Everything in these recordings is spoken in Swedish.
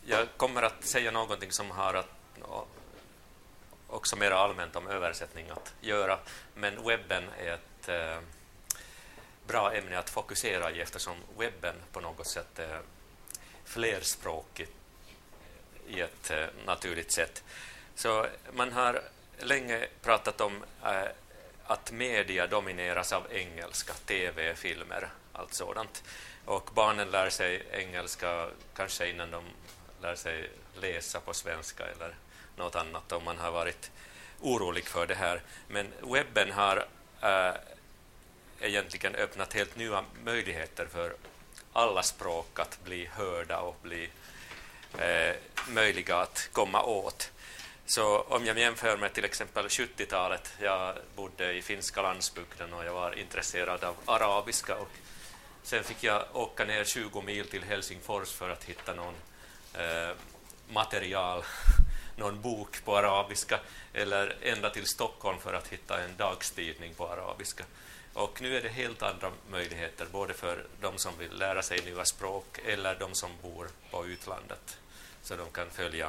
jag kommer att säga någonting som har att också mer allmänt om översättning att göra, men webben är ett bra ämne att fokusera i, eftersom webben på något sätt är flerspråkig i ett naturligt sätt. Så man har länge pratat om att media domineras av engelska, tv, filmer, allt sådant. Och barnen lär sig engelska kanske innan de lär sig läsa på svenska eller något annat, om man har varit orolig för det här. Men webben har egentligen öppnat helt nya möjligheter för alla språk att bli hörda och bli möjliga att komma åt. Så om jag jämför med till exempel 70-talet, jag bodde i finska landsbygden och jag var intresserad av arabiska, och sen fick jag åka ner 20 mil till Helsingfors för att hitta någon material, någon bok på arabiska, eller ända till Stockholm för att hitta en dagstidning på arabiska. Och nu är det helt andra möjligheter, både för de som vill lära sig nya språk eller de som bor på utlandet, så de kan följa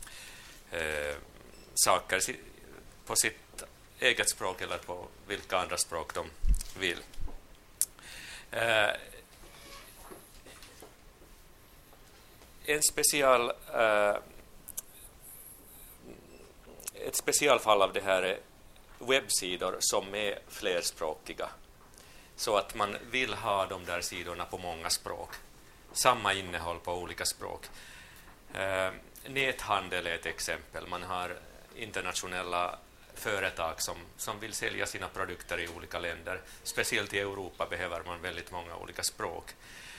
saker på sitt eget språk eller på vilka andra språk de vill. Ett specialfall av det här är webbsidor som är flerspråkiga, så att man vill ha de där sidorna på många språk, samma innehåll på olika språk. Näthandel är ett exempel. Man har internationella företag som vill sälja sina produkter i olika länder. Speciellt i Europa behöver man väldigt många olika språk.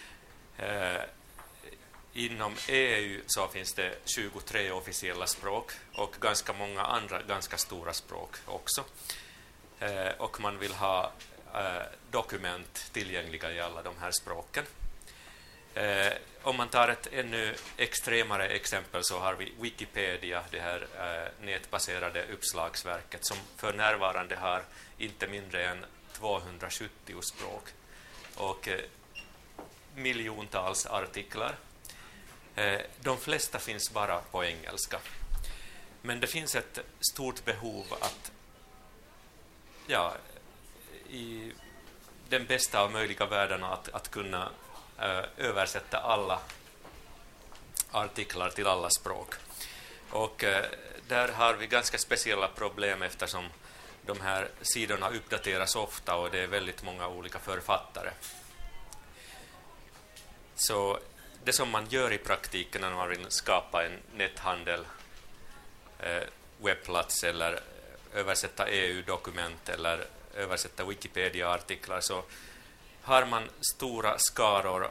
Inom EU så finns det 23 officiella språk och ganska många andra ganska stora språk också. Och man vill ha dokument tillgängliga i alla de här språken. Om man tar ett ännu extremare exempel så har vi Wikipedia, det här nätbaserade uppslagsverket, som för närvarande har inte mindre än 270 språk och miljontals artiklar. De flesta finns bara på engelska. Men det finns ett stort behov att i den bästa av möjliga världarna att kunna översätta alla artiklar till alla språk. Och där har vi ganska speciella problem, eftersom de här sidorna uppdateras ofta och det är väldigt många olika författare. Så det som man gör i praktiken när man vill skapa en näthandel, webbplats eller översätta EU-dokument eller översätta Wikipedia-artiklar, så har man stora skaror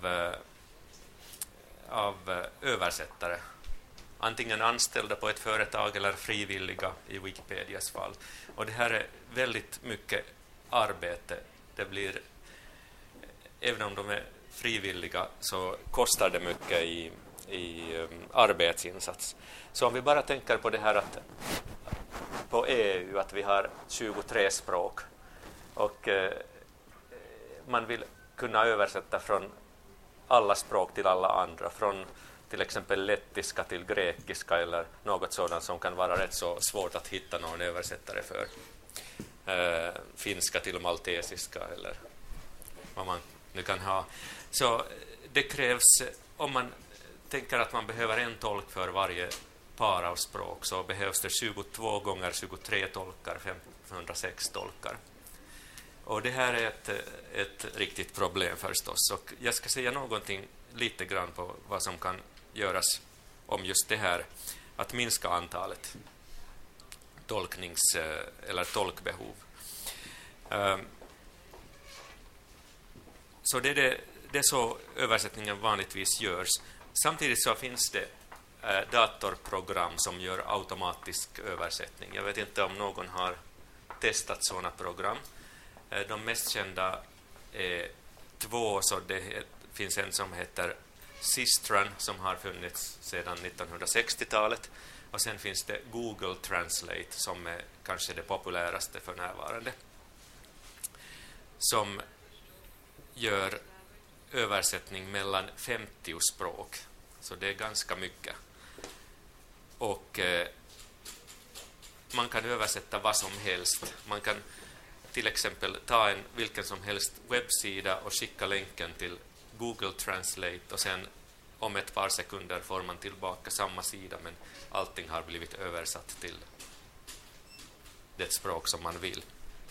av översättare, antingen anställda på ett företag eller frivilliga i Wikipedias fall. Och det här är väldigt mycket arbete. Det blir, även om de är frivilliga, så kostar det mycket i arbetsinsats. Så om vi bara tänker på det här att på EU att vi har 23 språk och man vill kunna översätta från alla språk till alla andra, från till exempel lettiska till grekiska eller något sådant som kan vara rätt så svårt att hitta någon översättare för, finska till maltesiska eller vad man nu kan ha. Så det krävs, om man tänker att man behöver en tolk för varje par av språk, så behövs det 22 gånger 23 tolkar, 506 tolkar. Och det här är ett riktigt problem förstås. Och jag ska säga någonting lite grann på vad som kan göras om just det här, att minska antalet eller tolkbehov. Så det är så översättningen vanligtvis görs. Samtidigt så finns det datorprogram som gör automatisk översättning. Jag vet inte om någon har testat sådana program. De mest kända är två, så det finns en som heter Sistran som har funnits sedan 1960-talet, och sen finns det Google Translate som är kanske det populäraste för närvarande, som gör översättning mellan 50 språk Så det är ganska mycket. Och man kan översätta vad som helst. Man kan till exempel ta vilken som helst webbsida och skicka länken till Google Translate och sen om ett par sekunder får man tillbaka samma sida, men allting har blivit översatt till det språk som man vill.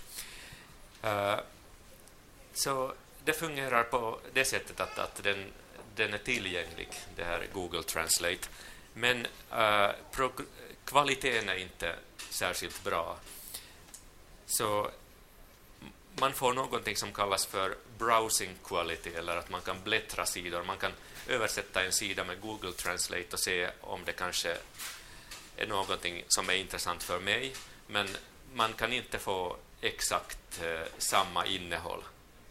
Så det fungerar på det sättet att den är tillgänglig, det här Google Translate. Men kvaliteten är inte särskilt bra. Så man får någonting som kallas för browsing quality, eller att man kan bläddra sidor. Man kan översätta en sida med Google Translate och se om det kanske är någonting som är intressant för mig, men man kan inte få exakt samma innehåll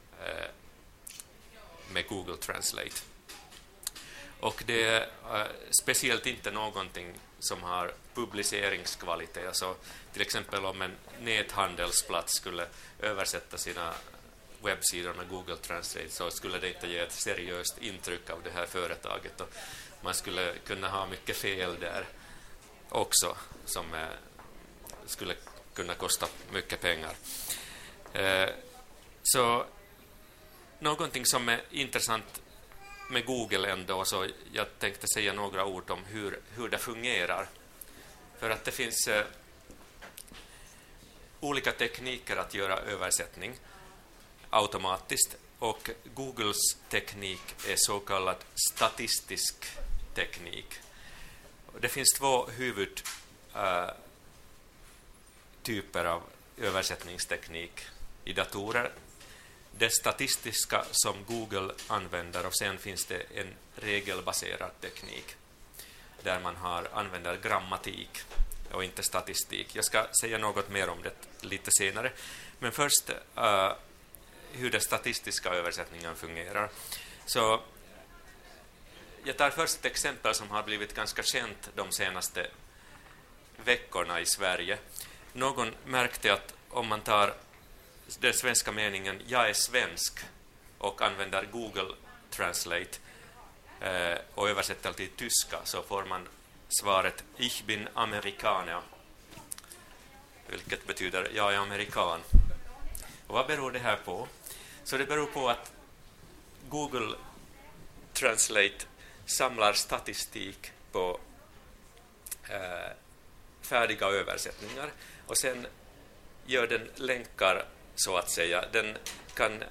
med Google Translate. Och det är speciellt inte någonting som har publiceringskvalitet. Alltså, till exempel om en näthandelsplats skulle översätta sina webbsidor med Google Translate, så skulle det inte ge ett seriöst intryck av det här företaget. Och man skulle kunna ha mycket fel där också, som skulle kunna kosta mycket pengar. Så någonting som är intressant med Google ändå, så jag tänkte säga några ord om hur det fungerar. För att det finns olika tekniker att göra översättning automatiskt, och Googles teknik är så kallad statistisk teknik. Det finns två huvudtyper av översättningsteknik i datorer. Det statistiska som Google använder, och sen finns det en regelbaserad teknik där man använder grammatik och inte statistik. Jag ska säga något mer om det lite senare. Men först hur den statistiska översättningen fungerar. Så jag tar först ett exempel som har blivit ganska känt de senaste veckorna i Sverige. Någon märkte att om man tar den svenska meningen "jag är svensk" och använder Google Translate och översätter till tyska, så får man svaret "Ich bin Amerikaner", vilket betyder "jag är amerikan". Och vad beror det här på? Så det beror på att Google Translate samlar statistik på färdiga översättningar, och sen gör den länkar, så att säga. Den kan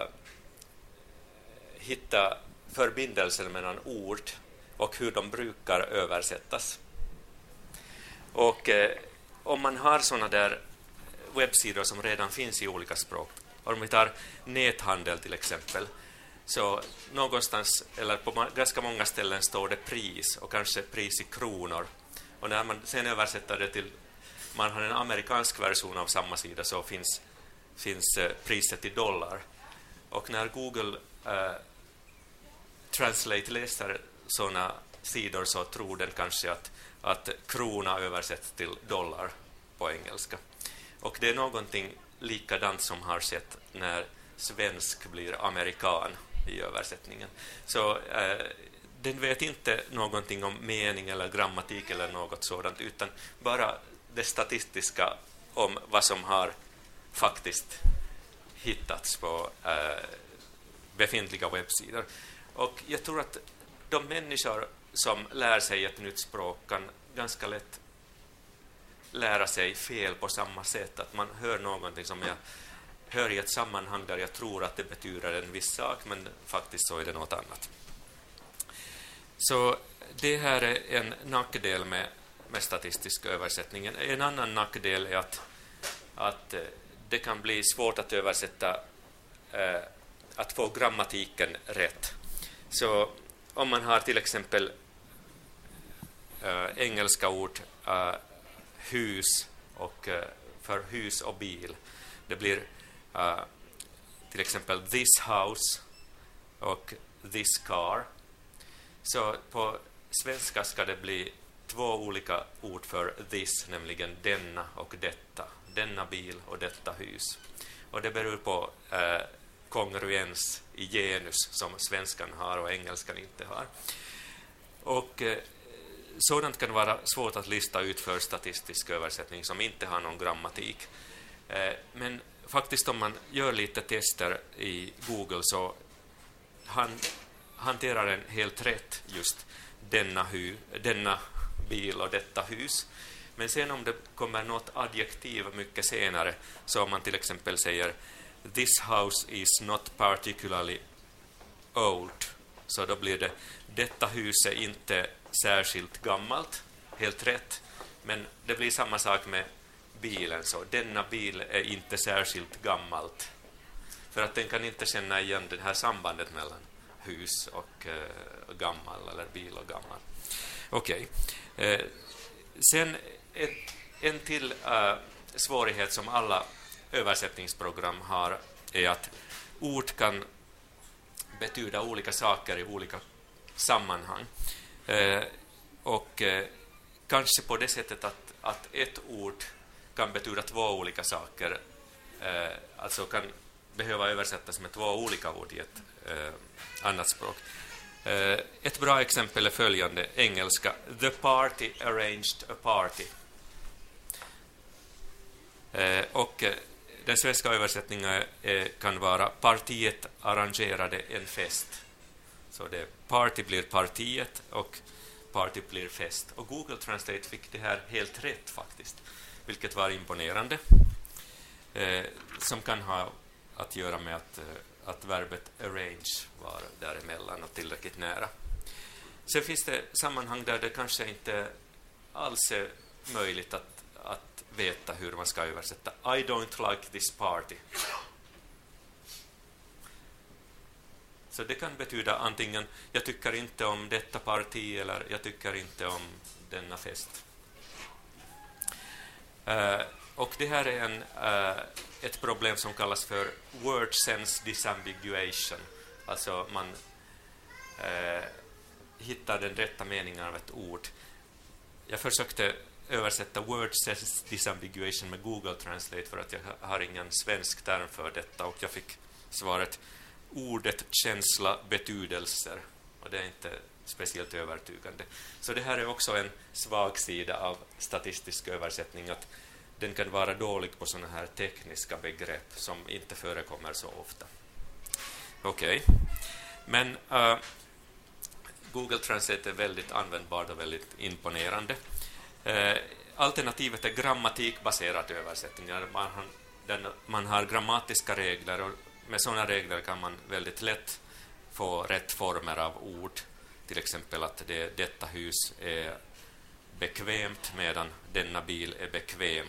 hitta förbindelser mellan ord och hur de brukar översättas. Och om man har såna där webbsidor som redan finns i olika språk, om vi tar näthandel till exempel, så någonstans eller på ganska många ställen står det pris, och kanske pris i kronor. Och när man sen översätter det till, man har en amerikansk version av samma sida, så finns priset i dollar. Och när Google Translate läser sådana sidor, så tror den kanske att krona översätts till dollar på engelska. Och det är någonting likadant som har skett när svensk blir amerikan i översättningen. Så den vet inte någonting om mening eller grammatik eller något sådant, utan bara det statistiska om vad som har faktiskt hittats på befintliga webbsidor. Och jag tror att de människor som lär sig ett nytt språk kan ganska lätt lära sig fel på samma sätt. Att man hör någonting som jag hör i ett sammanhang där jag tror att det betyder en viss sak, men faktiskt så är det något annat. Så det här är en nackdel med statistisk översättning. En annan nackdel är att det kan bli svårt att översätta, att få grammatiken rätt. Så om man har till exempel engelska ord hus och för hus och bil, det blir till exempel this house och this car. Så på svenska ska det bli två olika ord för this, nämligen denna och detta. Denna bil och detta hus. Och det beror på kongruens i genus som svenskan har och engelskan inte har. Och sådant kan vara svårt att lista ut för statistisk översättning som inte har någon grammatik. Men faktiskt om man gör lite tester i Google så hanterar den helt rätt just denna bil och detta hus. Men sen om det kommer något adjektiv mycket senare, så om man till exempel säger this house is not particularly old, så då blir det detta hus är inte särskilt gammalt, helt rätt. Men det blir samma sak med bilen, så denna bil är inte särskilt gammalt. För att den kan inte känna igen det här sambandet mellan hus och gammal, eller bil och gammal. Okej. Sen en till svårighet som alla översättningsprogram har är att ord kan betyda olika saker i olika sammanhang. Kanske på det sättet att ett ord kan betyda två olika saker. Alltså kan behöva översättas med två olika ord i ett annat språk. Ett bra exempel är följande, engelska. The party arranged a party. Och den svenska översättningen kan vara partiet arrangerade en fest. Så det party blir partiet och party blir fest. Och Google Translate fick det här helt rätt faktiskt, vilket var imponerande. Som kan ha att göra med att verbet arrange var däremellan och tillräckligt nära. Sen finns det sammanhang där det kanske inte alls är möjligt att veta hur man ska översätta. I don't like this party. Så det kan betyda antingen jag tycker inte om detta parti eller jag tycker inte om denna fest. Och det här är ett problem som kallas för word sense disambiguation. Alltså man hittar den rätta meningen av ett ord. Jag försökte översätta word sense disambiguation med Google Translate för att jag har ingen svensk term för detta, och jag fick svaret ordet, känsla, betydelser, och det är inte speciellt övertygande. Så det här är också en svag sida av statistisk översättning, att den kan vara dålig på sådana här tekniska begrepp som inte förekommer så ofta. Okej. Men Google Translate är väldigt användbart och väldigt imponerande. Alternativet är grammatikbaserad översättning. Man har grammatiska regler, och med sådana regler kan man väldigt lätt få rätt former av ord. Till exempel att detta hus är bekvämt medan denna bil är bekväm.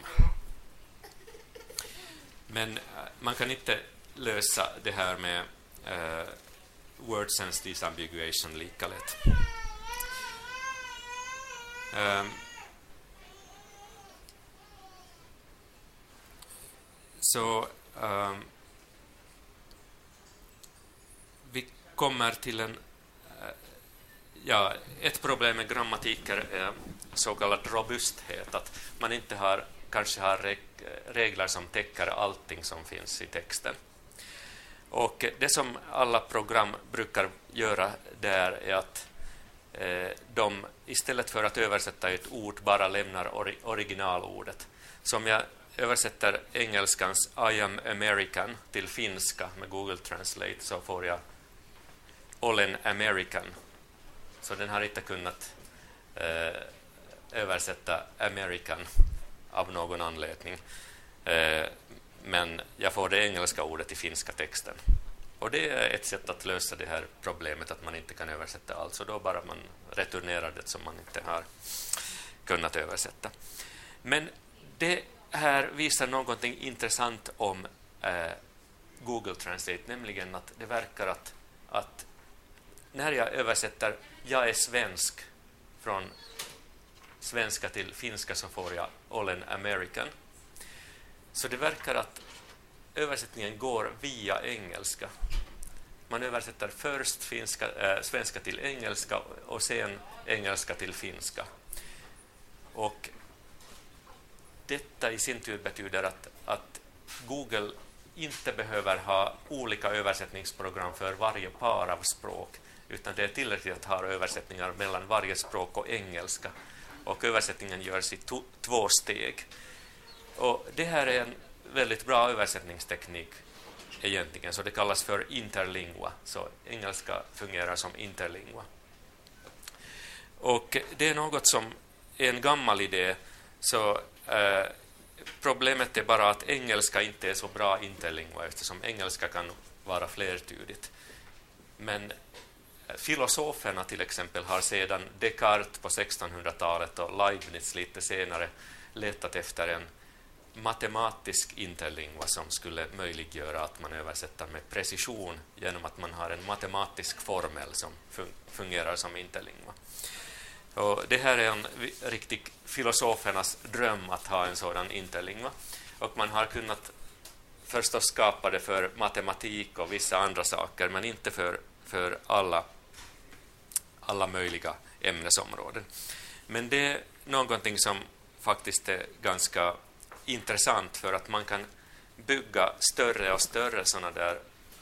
Men man kan inte lösa det här med word sense disambiguation lika lätt. Vi kommer till ett problem med grammatiker är så kallad robusthet, att man inte kanske har regler som täcker allting som finns i texten. Och det som alla program brukar göra där är att de istället för att översätta ett ord bara lämnar originalordet. Som jag översätter engelskans I am American till finska med Google Translate, så får jag Olen American. Så den har inte kunnat översätta American av någon anledning. Men jag får det engelska ordet i finska texten. Och det är ett sätt att lösa det här problemet, att man inte kan översätta allt. Så då bara man returnerar det som man inte har kunnat översätta. Men det här visar någonting intressant om Google Translate, nämligen att det verkar att när jag översätter jag är svensk från svenska till finska, så får jag Olen American. Så det verkar att översättningen går via engelska. Man översätter först svenska till engelska och sen engelska till finska. Och detta i sin tur betyder att Google inte behöver ha olika översättningsprogram för varje par av språk, utan det är tillräckligt att ha översättningar mellan varje språk och engelska. Och översättningen görs i 2 steg. Och det här är en väldigt bra översättningsteknik egentligen, så det kallas för interlingua. Så engelska fungerar som interlingua. Och det är något som är en gammal idé, så problemet är bara att engelska inte är så bra interlingua, eftersom engelska kan vara flertydigt. Men filosoferna till exempel har sedan Descartes på 1600-talet och Leibniz lite senare letat efter en matematisk interlingua som skulle möjliggöra att man översätter med precision genom att man har en matematisk formel som fungerar som interlingua. Och det här är en riktig filosofernas dröm att ha en sådan interlingua. Och man har kunnat förstås skapa det för matematik och vissa andra saker, men inte för alla möjliga ämnesområden. Men det är någonting som faktiskt är ganska intressant, för att man kan bygga större och större sådana där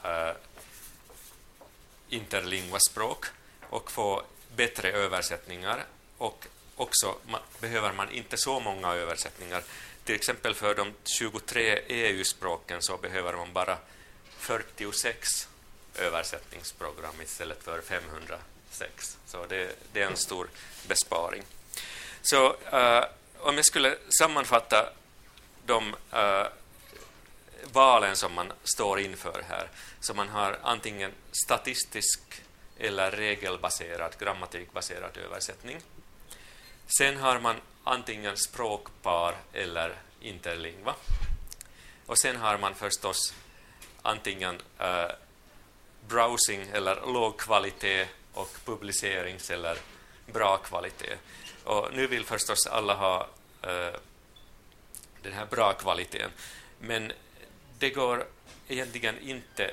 interlingua-språk och få bättre översättningar, och också behöver man inte så många översättningar. Till exempel för de 23 EU-språken så behöver man bara 46 översättningsprogram istället för 506. Så det är en stor besparing. Så om jag skulle sammanfatta de valen som man står inför här, så man har antingen statistisk eller regelbaserad, grammatikbaserad översättning. Sen har man antingen språkpar eller interlingua. Och sen har man förstås antingen browsing eller låg kvalitet och publicerings eller bra kvalitet. Och nu vill förstås alla ha den här bra kvaliteten. Men det går egentligen inte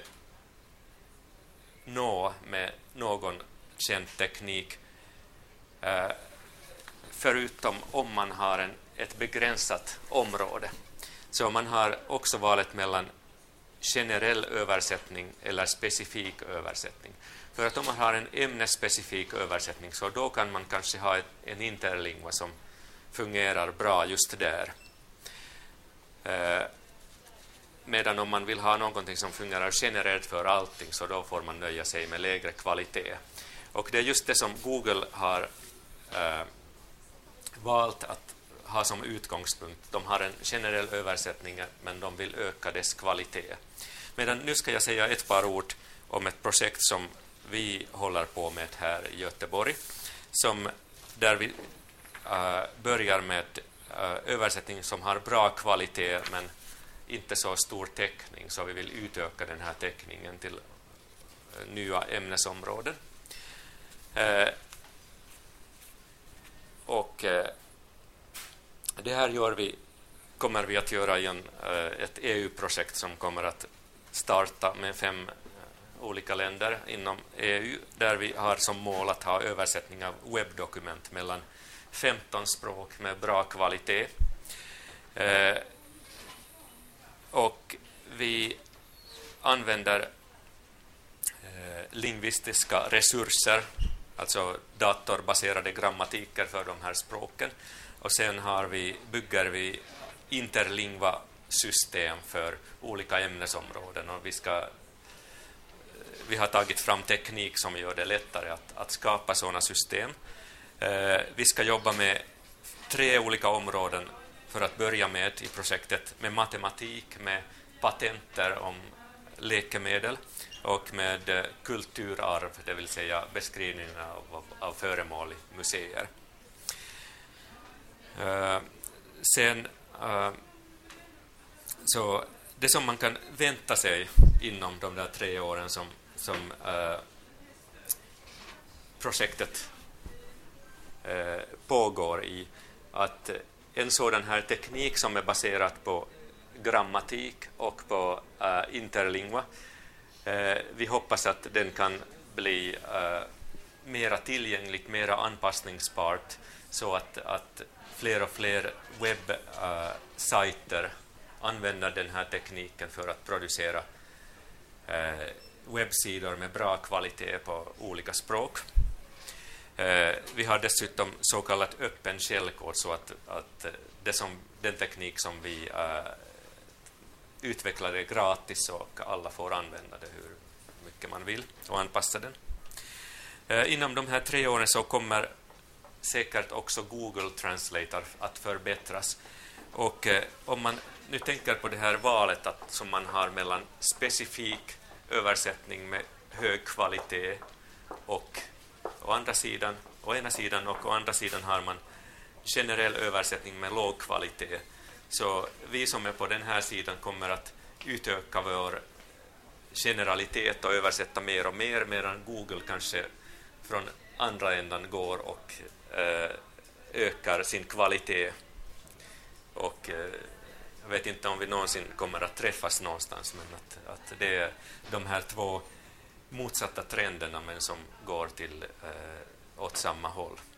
nå med någon känd teknik förutom om man har ett begränsat område. Så man har också valet mellan generell översättning eller specifik översättning. För att om man har en ämnesspecifik översättning, så då kan man kanske ha en interlingua som fungerar bra just där. Medan om man vill ha någonting som fungerar generellt för allting, så då får man nöja sig med lägre kvalitet. Och det är just det som Google har valt att ha som utgångspunkt. De har en generell översättning, men de vill öka dess kvalitet. Medan nu ska jag säga ett par ord om ett projekt som vi håller på med här i Göteborg, där vi börjar med översättning som har bra kvalitet men inte så stor täckning, så vi vill utöka den här täckningen till nya ämnesområden. Och det här kommer vi att göra i ett EU-projekt som kommer att starta med 5 olika länder inom EU, där vi har som mål att ha översättning av webbdokument mellan 15 språk med bra kvalitet. Och vi använder lingvistiska resurser, alltså datorbaserade grammatiker för de här språken. Och sen bygger vi interlingua system för olika ämnesområden, och vi har tagit fram teknik som gör det lättare att skapa sådana system. Vi ska jobba med 3 olika områden för att börja med i projektet, med matematik, med patenter om läkemedel och med kulturarv, det vill säga beskrivningar av föremål i museer. Så det som man kan vänta sig inom de där 3 åren som projektet pågår i, att en sådan här teknik som är baserad på grammatik och på interlingua, vi hoppas att den kan bli mera tillgänglig, mera anpassningsbart, så att fler och fler webbsajter använder den här tekniken för att producera webbsidor med bra kvalitet på olika språk. Vi har dessutom så kallat öppen källkod, så att den teknik som vi utvecklar är gratis och alla får använda det hur mycket man vill och anpassa den. Inom de här 3 åren så kommer säkert också Google Translate att förbättras. Och om man nu tänker på det här valet som man har mellan specifik översättning med hög kvalitet och å ena sidan och å andra sidan har man generell översättning med låg kvalitet. Så vi som är på den här sidan kommer att utöka vår generalitet och översätta mer och mer, medan Google kanske från andra ändan går och ökar sin kvalitet. Och jag vet inte om vi någonsin kommer att träffas någonstans, men att det är de här 2 motsatta trenderna men som går åt samma håll.